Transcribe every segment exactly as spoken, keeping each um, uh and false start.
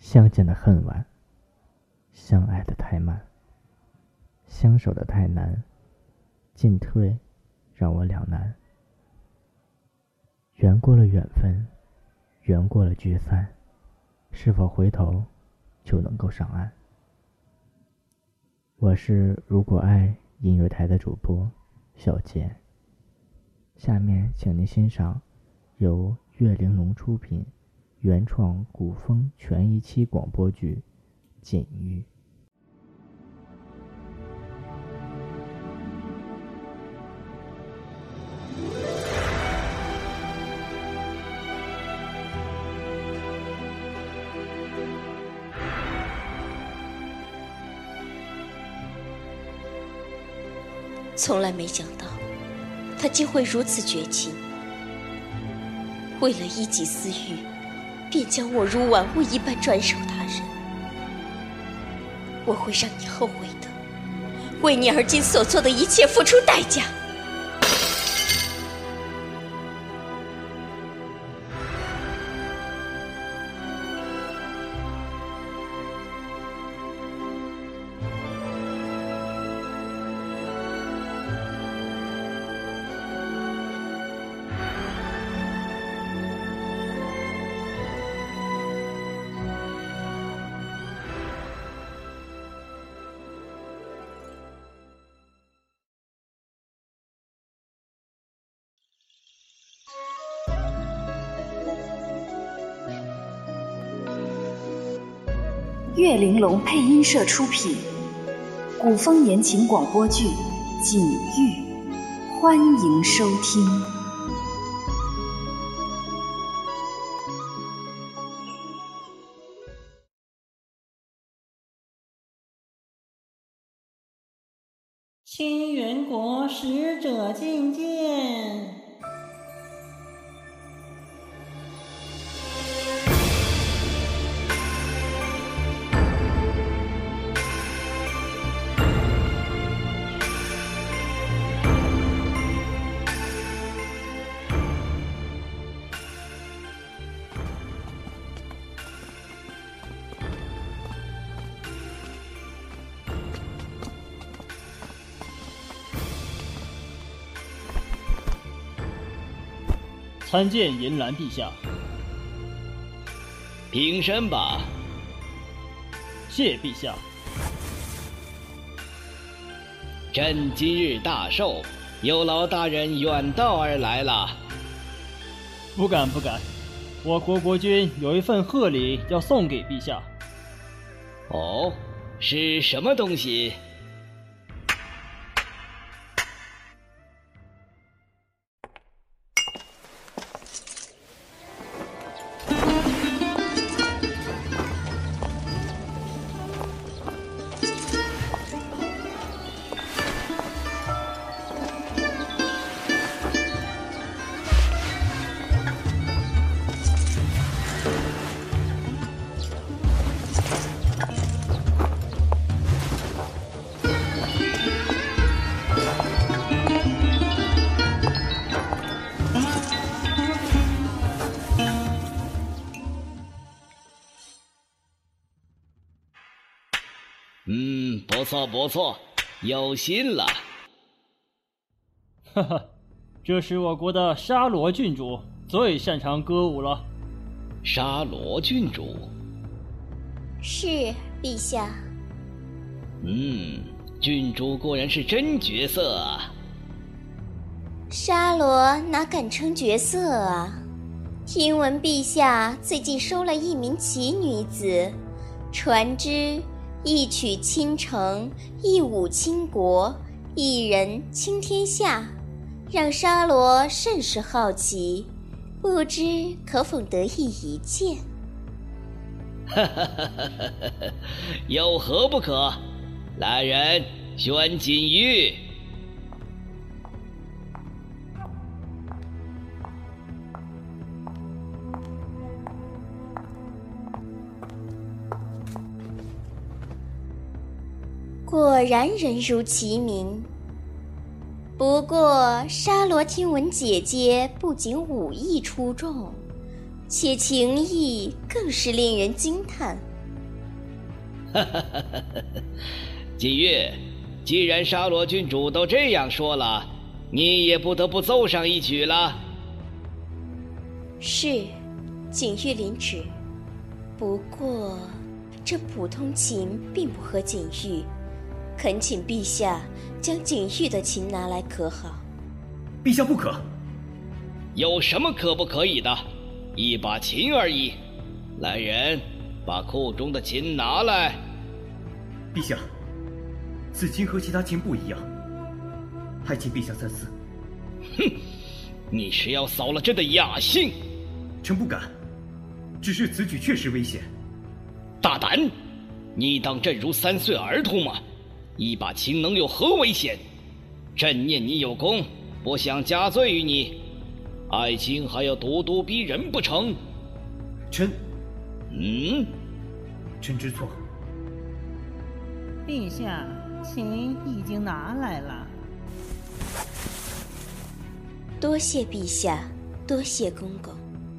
相见的恨晚，相爱的太慢，相守的太难，进退让我两难。缘过了缘分，缘过了聚散，是否回头就能够上岸？我是如果爱音乐台的主播小杰，下面请您欣赏由岳玲珑出品原创古风全一期广播剧《锦玉》。 从来没想到他竟会如此绝情，为了一己私欲，便将我如玩物一般转手他人。我会让你后悔的，为你而今所做的一切付出代价。 岳玲珑配音社出品，古风言情广播剧《锦玉》，欢迎收听。 清源国使者觐见。 参见银兰陛下。 平身吧。 谢陛下。 朕今日大寿，有劳大人远道而来了。 不敢不敢，我国国君有一份贺礼要送给陛下。 哦，是什么东西？嗯，不错不错，有心了。 哈哈，这是我国的沙罗郡主，最擅长歌舞了。 沙罗郡主？ 是，陛下。 嗯，郡主果然是真绝色啊。 沙罗哪敢称绝色啊？听闻陛下最近收了一名奇女子，传之一曲倾城，一舞倾国，一人倾天下，让沙罗甚是好奇，不知可否得以一见？ 哈哈哈哈哈！有何不可？来人，宣锦玉。 果然人如其名。不过沙罗听闻姐姐不仅武艺出众，且情谊更是令人惊叹， 哈哈哈哈哈！锦玉，既然沙罗郡主都这样说了，你也不得不奏上一曲了。 是，锦玉领旨。不过，这普通琴并不合锦玉，恳请陛下将锦玉的琴拿来可好？ 陛下不可。 有什么可不可以的？一把琴而已。来人，把库中的琴拿来。 陛下，此琴和其他琴不一样，还请陛下三思。 哼，你是要扫了朕的雅兴？ 臣不敢，只是此举确实危险。 大胆！你当朕如三岁儿童吗？一把琴能有何危险？朕念你有功，不想加罪于你。爱卿还要咄咄逼人不成？ 臣， 嗯， 臣知错。 陛下，琴已经拿来了。 多谢陛下，多谢公公。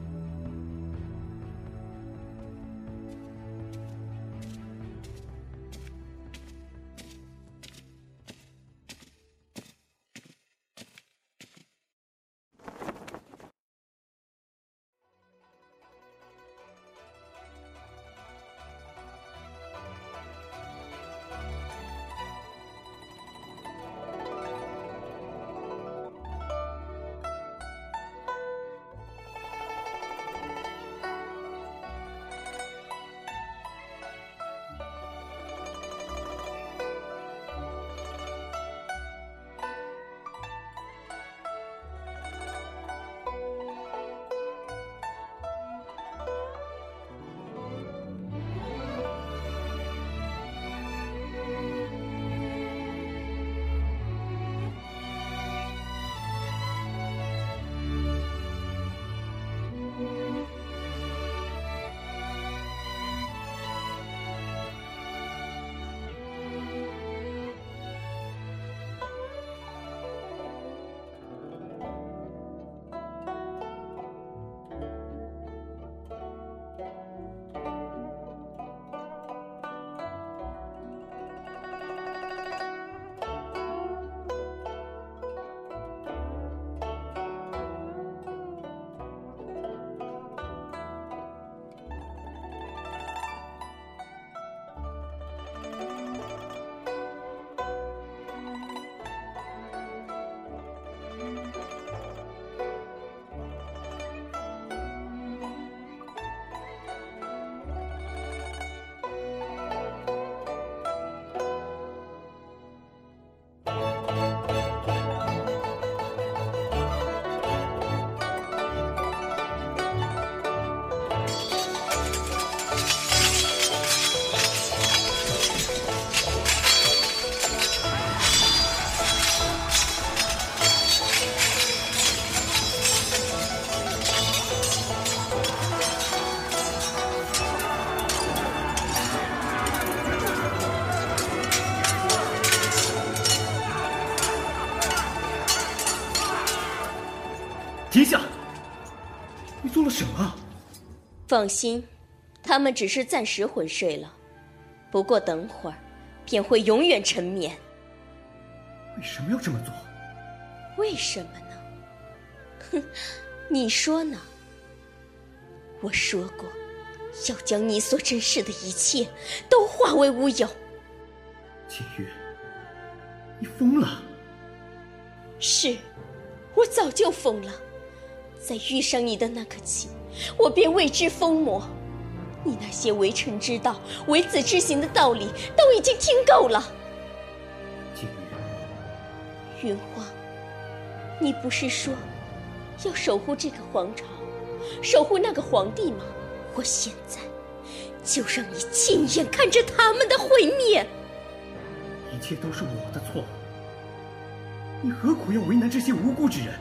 停下！你做了什么？ 放心，他们只是暂时昏睡了，不过等会儿便会永远沉眠。 为什么要这么做？ 为什么呢？哼，你说呢？我说过，要将你所珍视的一切都化为乌有。 锦玉，你疯了！ 是，我早就疯了。在遇上你的那刻起，我便为之疯魔。你那些为臣之道、为子之行的道理，都已经听够了。 锦玉，云花，你不是说要守护这个皇朝，守护那个皇帝吗？我现在就让你亲眼看着他们的毁灭。 一切都是我的错，你何苦要为难这些无辜之人？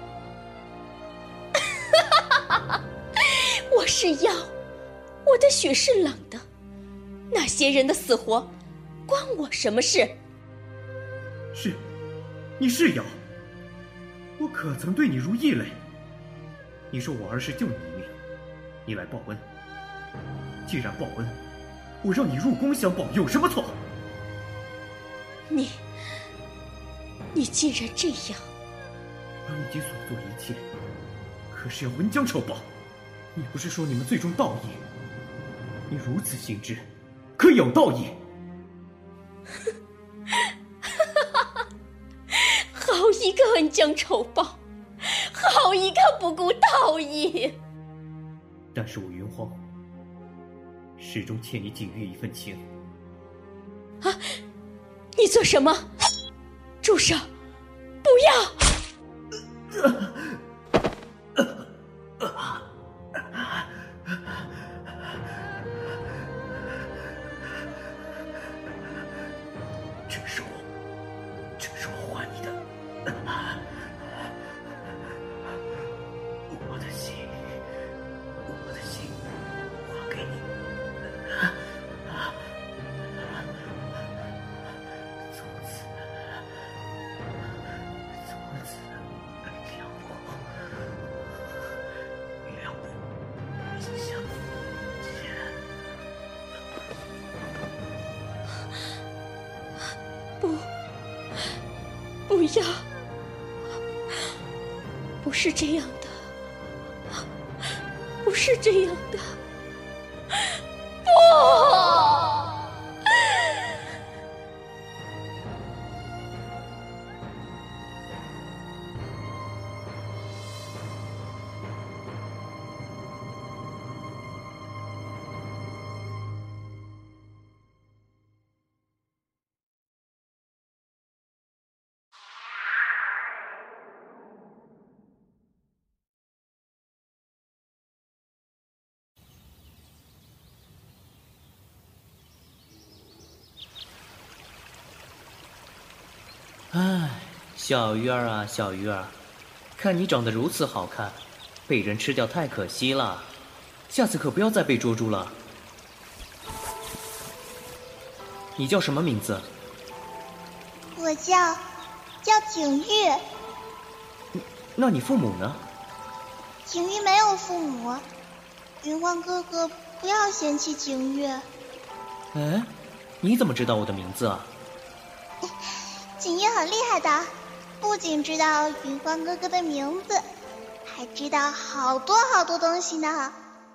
我是妖，我的血是冷的，那些人的死活关我什么事？ 是，你是妖，我可曾对你如异类？你说我儿时救你一命，你来报恩。既然报恩， 我让你入宫相报有什么错？ 你，你竟然这样！ 如今所做一切，可是要温将仇报。你不是说你们最重道义？你如此行之，可有道义？ 好一个恩将仇报，好一个不顾道义！ 但是我云荒始终欠你景玉一份情。 啊！你做什么？住手！不要！ 这是我，这是我还你的，我的心，我的心还给你。从此，从此，两不，两不相见。 不，不要！不是这样的，不是这样的，不！ 唉，小鱼儿啊，小鱼儿，看你长得如此好看，被人吃掉太可惜了，下次可不要再被捉住了。你叫什么名字？ 我叫叫景玉。 那你父母呢？ 景玉没有父母，云荒哥哥不要嫌弃景玉。 哎，你怎么知道我的名字啊？ 景玉很厉害的，不仅知道云荒哥哥的名字，还知道好多好多东西呢。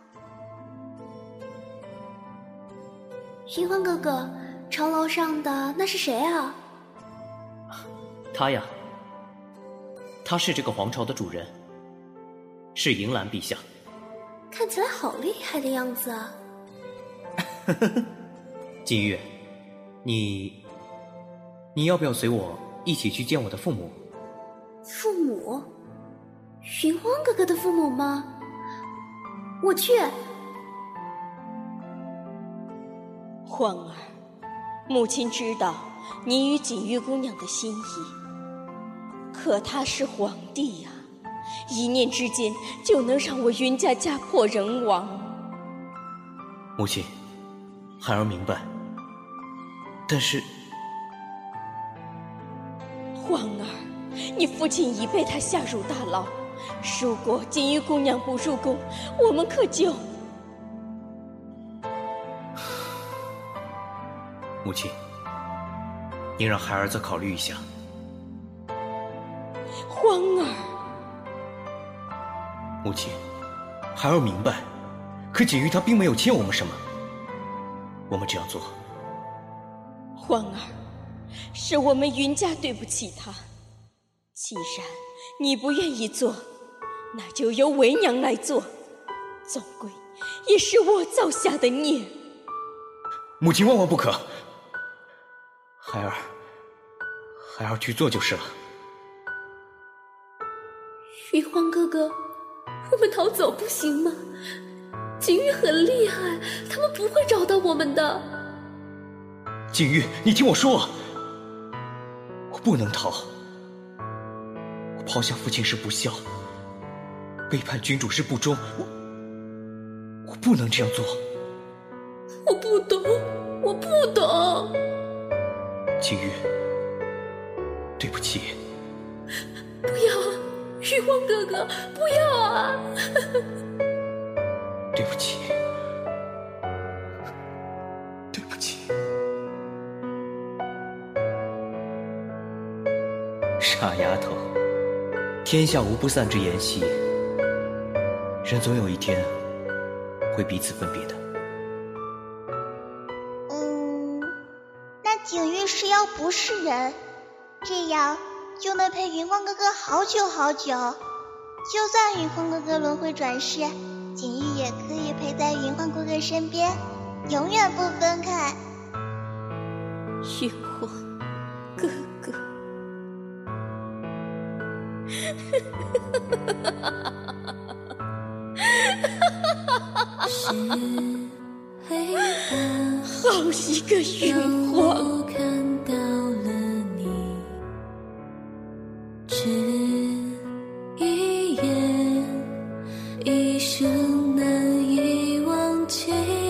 云荒哥哥，城楼上的那是谁啊？ 他呀，他是这个皇朝的主人，是银兰陛下。 看起来好厉害的样子啊！ 景玉，你你要不要随我一起去见我的父母？ 父母？云荒哥哥的父母吗？我去。 欢儿，母亲知道你与锦玉姑娘的心意，可他是皇帝呀、啊，一念之间就能让我云家家破人亡。 母亲，孩儿明白，但是欢儿，你父亲已被他下入大牢，如果锦玉姑娘不入宫，我们可就…… 母亲，您让孩儿再考虑一下。 欢儿， 母亲，孩儿明白，可锦玉她并没有欠我们什么，我们这样做。 欢儿，是我们云家对不起他。既然你不愿意做，那就由为娘来做，总归也是我造下的孽。 母亲万万不可，孩儿，孩儿去做就是了。 云荒哥哥，我们逃走不行吗？景玉很厉害，他们不会找到我们的。 景玉，你听我说，我不能逃。我抛下父亲是不孝，背叛君主是不忠，我我不能这样做。 我不懂，我不懂。 景玉，对不起。 不要啊，玉皇哥哥，不要啊！ 对不起。 傻丫头，天下无不散之筵席，人总有一天会彼此分别的。 嗯，那景玉是妖不是人，这样就能陪云光哥哥好久好久。就算云光哥哥轮回转世，景玉也可以陪在云光哥哥身边，永远不分开。 云光哥哥， 是黑暗， 好一个云光！ 看到了你，只一眼，一生难以忘记。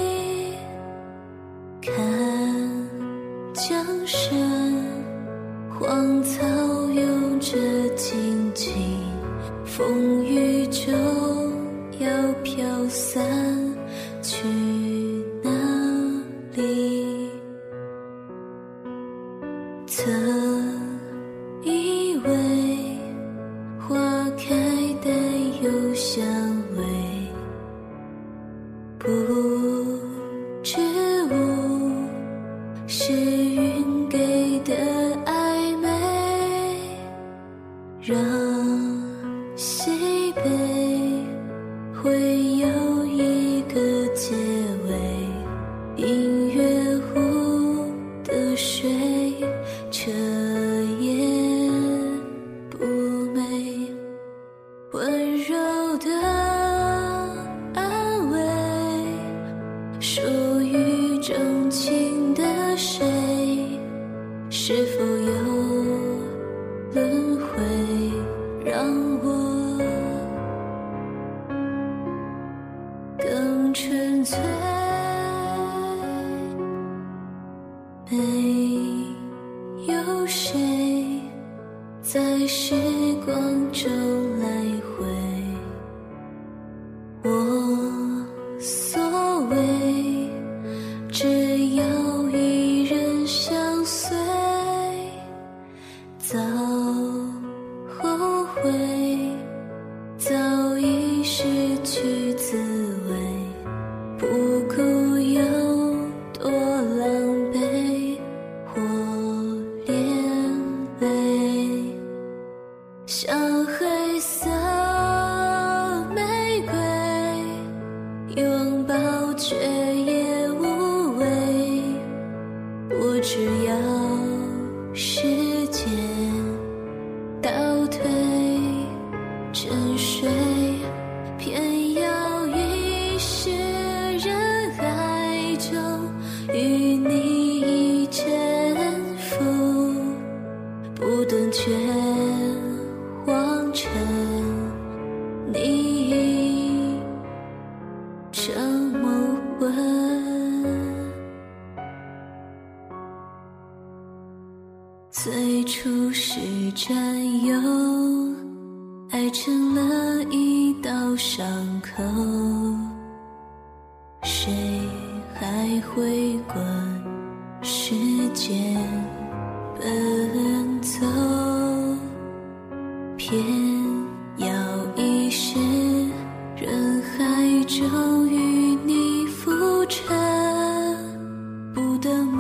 看江山，荒草有着静静，风雨中要飘散去哪里？曾以为花开带有香味，不知物是云给的暧昧，让西北会有一个结尾，音乐湖的水彻夜不美，温柔的安慰，属于钟情的谁，是否有轮回，让我更纯粹。没有谁在时光中来回，我所谓只要一人相随，早后悔，早已失去滋味，不顾有多狼狈或连累，像黑色玫瑰，拥抱却也无畏，我只要时间倒退沉睡，偏要于世人海中与你沉浮，不等卷荒尘，你已成梦魂。最初是占有，爱成了一道伤口，谁还会管时间奔走，偏要一世人海中与你浮沉，不等